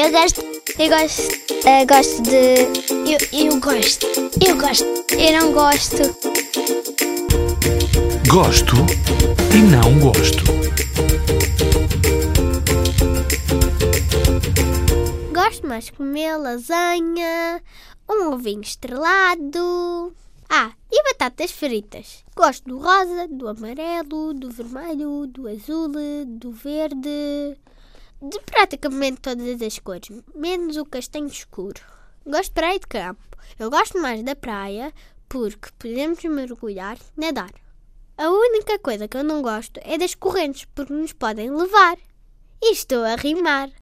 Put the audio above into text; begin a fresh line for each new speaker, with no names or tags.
Eu gosto de... Eu gosto. Eu não gosto.
Gosto e não gosto.
Gosto mais de comer lasanha, um ovinho estrelado. E batatas fritas. Gosto do rosa, do amarelo, do vermelho, do azul, do verde, de praticamente todas as cores, menos o castanho escuro. Gosto de praia de campo. Eu gosto mais da praia porque podemos mergulhar e nadar. A única coisa que eu não gosto é das correntes, porque nos podem levar. E estou a rimar.